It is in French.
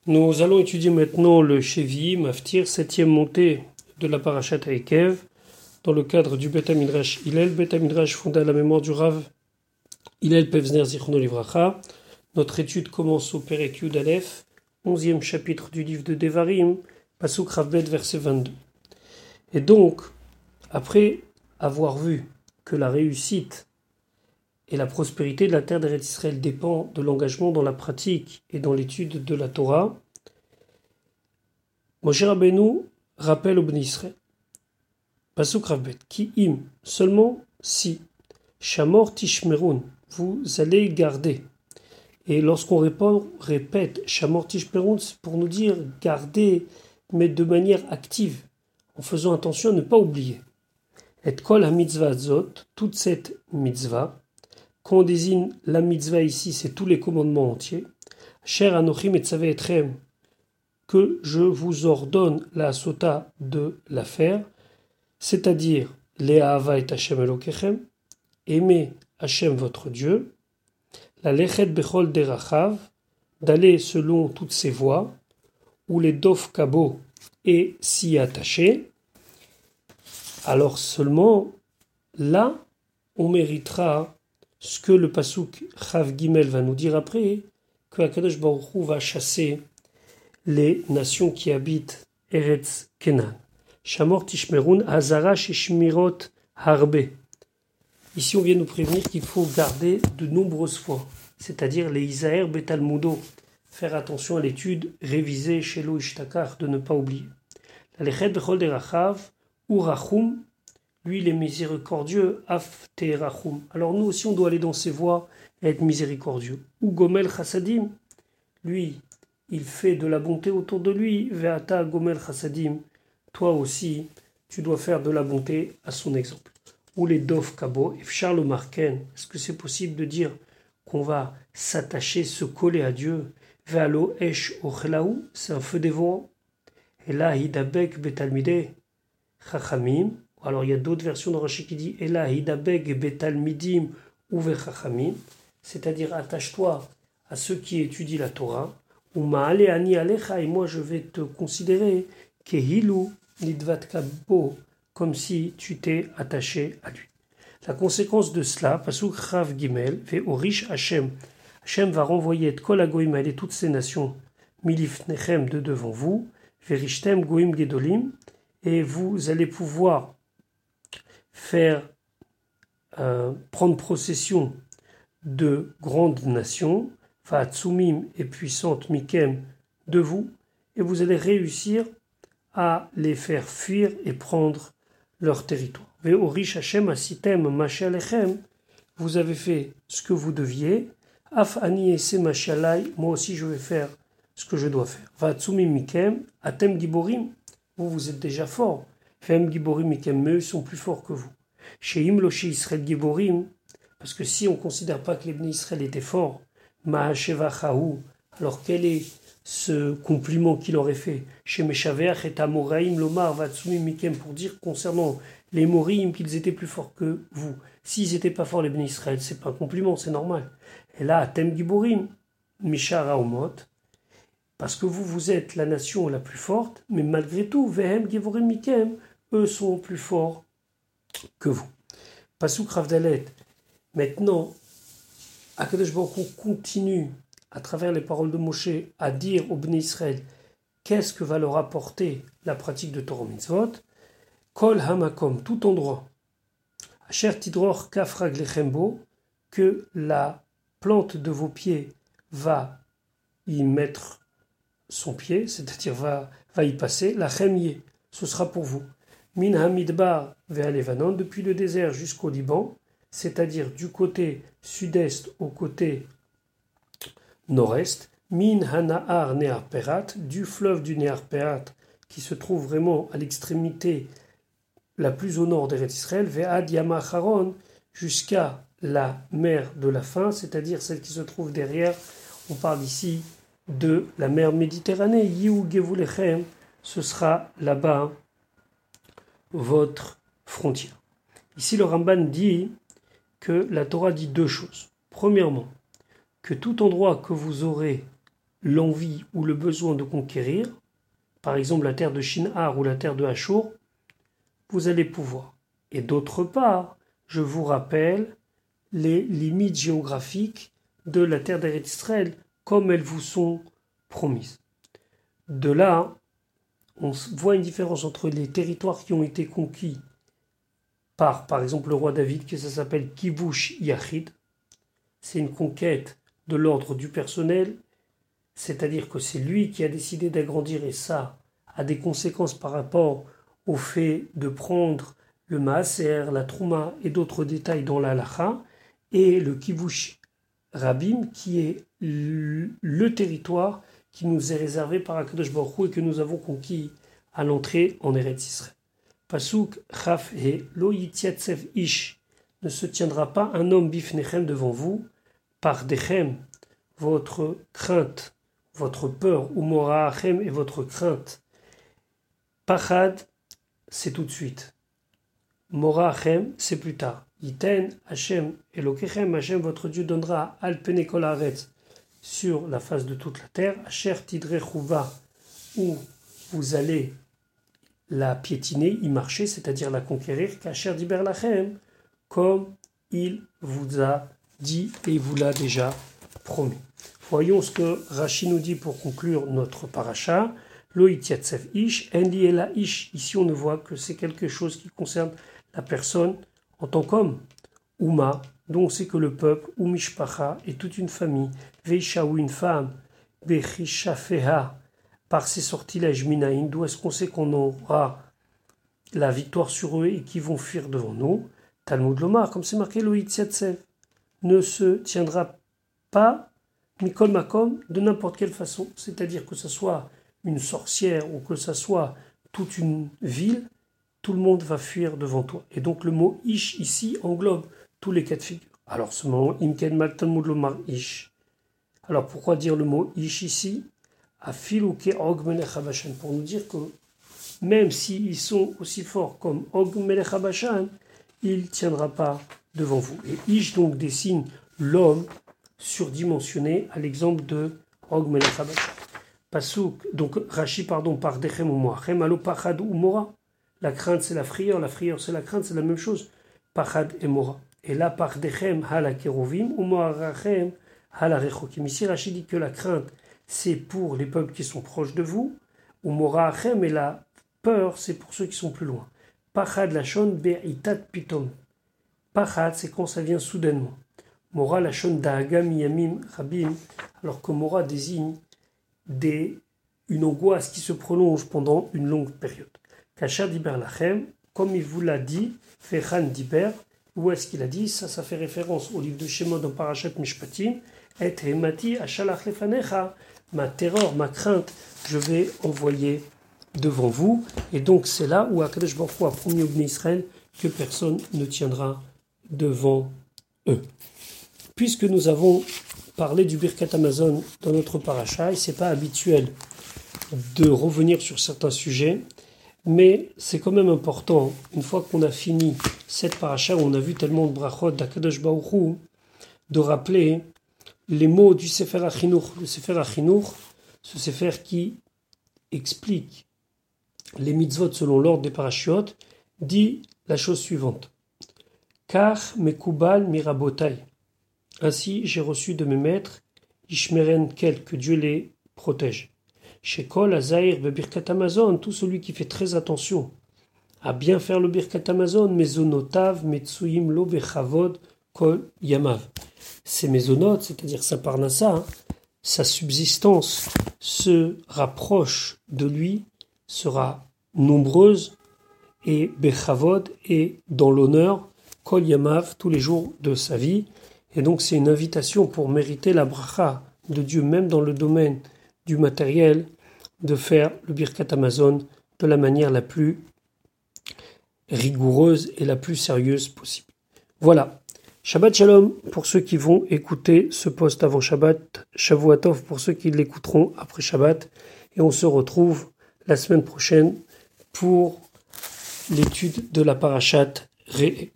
Nous allons étudier maintenant le Shevi, Maftir, septième montée de la Parashat Haïkev, dans le cadre du Bet HaMidrash Hillel. Bet HaMidrash fondé à la mémoire du Rav Hillel Pevzner Zichrono Livracha. Notre étude commence au Perek Yud Aleph, 11e chapitre du livre de Devarim, Pasuk Rav Bet, verset 22. Et donc, après avoir vu que la réussite et la prospérité de la terre d'Eretz Israël dépend de l'engagement dans la pratique et dans l'étude de la Torah, Moshe Rabbeinu rappelle au Bnei Israël, Pasuk Rav Bet, Ki im, seulement si, Shamor Tishmerun, vous allez garder. Et lorsqu'on répète Shamor Tishmerun, c'est pour nous dire garder, mais de manière active, en faisant attention à ne pas oublier. Et kol ha-mitzvah zot, toute cette mitzvah, quand on désigne la mitzvah ici, c'est tous les commandements entiers. Cher anochim et tzaveh etrem, que je vous ordonne la sota de la faire, c'est-à-dire le'ahava et Hashem Elokechem, aimer Hashem votre Dieu, la lechet bechol derachav, d'aller selon toutes ses voies, ou les dof kabo et s'y attacher. Alors seulement là, on méritera ce que le pasuk Chav Gimel va nous dire après, que Akadosh Baruch Hu va chasser les nations qui habitent Eretz Kenan. Shamor Tishmerun Hazara Shishmirot Harbe. Ici, on vient nous prévenir qu'il faut garder de nombreuses fois, c'est-à-dire les Isaer Betalmudo, faire attention à l'étude, réviser chez Ishtakar, de ne pas oublier. La Lechet Bechol Derachav, Urachum, lui il est miséricordieux, Af Te'erachum. Alors nous aussi, on doit aller dans ses voies et être miséricordieux. Ou Gomel Chassadim, lui, il fait de la bonté autour de lui, Ve'ata Gomel Chassadim, toi aussi, tu dois faire de la bonté à son exemple. Ou les Dov Kabo, Efchar le Marken, est-ce que c'est possible de dire qu'on va s'attacher, se coller à Dieu? Ve'alo Esh Ochelaou, c'est un feu dévorant. Et là, Hidabek Betalmide, Chachamim. Alors il y a d'autres versions de Rashi qui dit Ela Hidabek Betalmidim ou Vechachamim, c'est-à-dire attache-toi à ceux qui étudient la Torah. Ou Ma'ale Ani Alecha, et moi je vais te considérer Kehilu Nidvat Kabo, comme si tu t'es attaché à lui. La conséquence de cela, Pasuk Chav Gimel, fait Orish Hashem. Hashem va renvoyer et Kol HaGoïm et toutes ces nations, Milifnechem de devant vous, Verishtem Goïm Gedolim, et vous allez pouvoir faire prendre possession de grandes nations, Va'atsumim et puissantes Mikem de vous, et vous allez réussir à les faire fuir et prendre leur territoire. Ve'orish Hashem asitem mashe alechem, vous avez fait ce que vous deviez. Af ani ese mashe alai, moi aussi je vais faire ce que je dois faire. Va'atsumim mikem, atem giborim, vous êtes déjà forts. Fem giborim mikem, mais eux sont plus forts que vous. Sheim lo Israël giborim, parce que si on ne considère pas que les Bnei Israël étaient forts, ma'ashevachahu, alors quel est ce compliment qu'il aurait fait chez Meshaveach et Amoraim Lomar Vatsumi Mikem, pour dire concernant les Morim qu'ils étaient plus forts que vous. S'ils n'étaient pas forts les Bnei Israël, c'est pas un compliment, c'est normal. Et là, Atem Giborim, Mishara Omot, parce que vous êtes la nation la plus forte, mais malgré tout, Vehem Giborim Mikem, eux sont plus forts que vous. Pasuk Rav Dalet. Maintenant, Akadosh Baruch Hu continue à travers les paroles de Moshe, à dire au Bnei Israël qu'est-ce que va leur apporter la pratique de Torah Mitzvot. Kol hamakom, tout endroit. Asher tidror kaf raglechem bo, que la plante de vos pieds va y mettre son pied, c'est-à-dire va y passer. La chemye, ce sera pour vous. Min hamidbar vers Levanon, depuis le désert jusqu'au Liban, c'est-à-dire du côté sud-est au côté nord-est, Min Hanahar Neharperat, du fleuve du Neharperat, qui se trouve vraiment à l'extrémité la plus au nord d'Eretz Israël, Ve'ad Yamacharon, jusqu'à la mer de la faim, c'est-à-dire celle qui se trouve derrière. On parle ici de la mer Méditerranée. Yihu Gevulechem, ce sera là-bas votre frontière. Ici, le Ramban dit que la Torah dit deux choses. Premièrement, que tout endroit que vous aurez l'envie ou le besoin de conquérir, par exemple la terre de Shinar ou la terre de Hachour, vous allez pouvoir. Et d'autre part, je vous rappelle les limites géographiques de la terre d'Eretz Israël, comme elles vous sont promises. De là, on voit une différence entre les territoires qui ont été conquis par exemple, le roi David, que ça s'appelle Kivush Yachid. C'est une conquête de l'ordre du personnel, c'est-à-dire que c'est lui qui a décidé d'agrandir, et ça a des conséquences par rapport au fait de prendre le Maaser, la Trouma et d'autres détails dans la Halacha, et le Kivush Rabim, qui est le territoire qui nous est réservé par Akadosh Baruch Hu et que nous avons conquis à l'entrée en Eretz Israël. Pasuk Chaf He Lo Yitziatzev Ish, ne se tiendra pas un homme bifnechem devant vous, par dechem, votre crainte, votre peur, ou moraachem et votre crainte. Pachad, c'est tout de suite. Moraachem, c'est plus tard. Yiten Hashem Elokechem, Hashem votre Dieu donnera al pene kol haaretz, sur la face de toute la terre, Asher tidrechuva, où vous allez la piétiner, y marcher, c'est-à-dire la conquérir, Kasher diber lachem, comme il vous a dit et vous l'a déjà promis. Voyons ce que Rashi nous dit pour conclure notre paracha. Lo yitziatzev ish, en li ela ish. Ici, on ne voit que c'est quelque chose qui concerne la personne en tant qu'homme. Uma, donc c'est que le peuple, ou mishpacha, est toute une famille. Veisha, ou une femme. Bechishafeha, par ces sortilèges minaïn, d'où est-ce qu'on sait qu'on aura la victoire sur eux et qu'ils vont fuir devant nous. Talmud Lomar, comme c'est marqué, Lo yitziatzev, ne se tiendra pas Mikol Makom de n'importe quelle façon, c'est-à-dire que ce soit une sorcière ou que ce soit toute une ville, tout le monde va fuir devant toi. Et donc le mot Ish ici englobe tous les cas de figure. Alors ce mot Imken Mal Talmud Lomar Ish. Alors pourquoi dire le mot Ish ici? Afiluke Og Melech HaBashan, pour nous dire que même s'ils sont aussi forts comme Og Melech HaBashan, il ne tiendra pas devant vous. Et Ish donc dessine l'homme surdimensionné à l'exemple de Og Melech HaBashan. Pasuk, donc Rashi, par Dechem ou Moachem, alo Pachad ou Mora. La crainte c'est la frayeur c'est la crainte, c'est la même chose. Pachad et Mora. Et là, par Dechem, hala Kerovim, ou Moarachem, hala Rechokim. Ici, Rashi dit que la crainte, c'est pour les peuples qui sont proches de vous, ou Moarachem, et la peur, c'est pour ceux qui sont plus loin. Pachad lachon be'itat pitom. Pachad, c'est quand ça vient soudainement. Mora lachon da'aga miyamim rabim, alors que Mora désigne une angoisse qui se prolonge pendant une longue période. Kasher diber lachem, comme il vous l'a dit, fechan diber, où est-ce qu'il a dit? Ça fait référence au livre de Shemot dans Parashat Mishpatim, et hemati ashalach lefanecha, ma terreur, ma crainte, je vais envoyer devant vous. Et donc c'est là où Akadosh Baruch Hu a promis au Bnei Israël que personne ne tiendra devant eux. Puisque nous avons parlé du Birkat Hamazon dans notre paracha, et c'est pas habituel de revenir sur certains sujets, mais c'est quand même important, une fois qu'on a fini cette paracha où on a vu tellement de brachot d'Akadosh Baruch Hu, de rappeler les mots du Sefer HaChinuch. Le Sefer HaChinuch, ce Sefer qui explique les mitzvot selon l'ordre des parachiotes, dit la chose suivante. Car mekubal mirabotai. Ainsi j'ai reçu de mes maîtres, Ishmeren Kel, que Dieu les protège. Shekol Azair Birkat Hamazon, tout celui qui fait très attention à bien faire le Birkat Hamazon, Mezonotav, Metsuim Lo Bechavod, Kol Yamav. Ces mésonotes, c'est-à-dire sa parnassa, sa subsistance se rapproche de lui, sera nombreuse et Bechavod et dans l'honneur, Kol Yamav, tous les jours de sa vie. Et donc c'est une invitation pour mériter la bracha de Dieu, même dans le domaine du matériel, de faire le Birkat Hamazon de la manière la plus rigoureuse et la plus sérieuse possible. Voilà. Shabbat Shalom pour ceux qui vont écouter ce post avant Shabbat. Shavua Tov pour ceux qui l'écouteront après Shabbat. Et on se retrouve la semaine prochaine pour l'étude de la parashat Re'eh.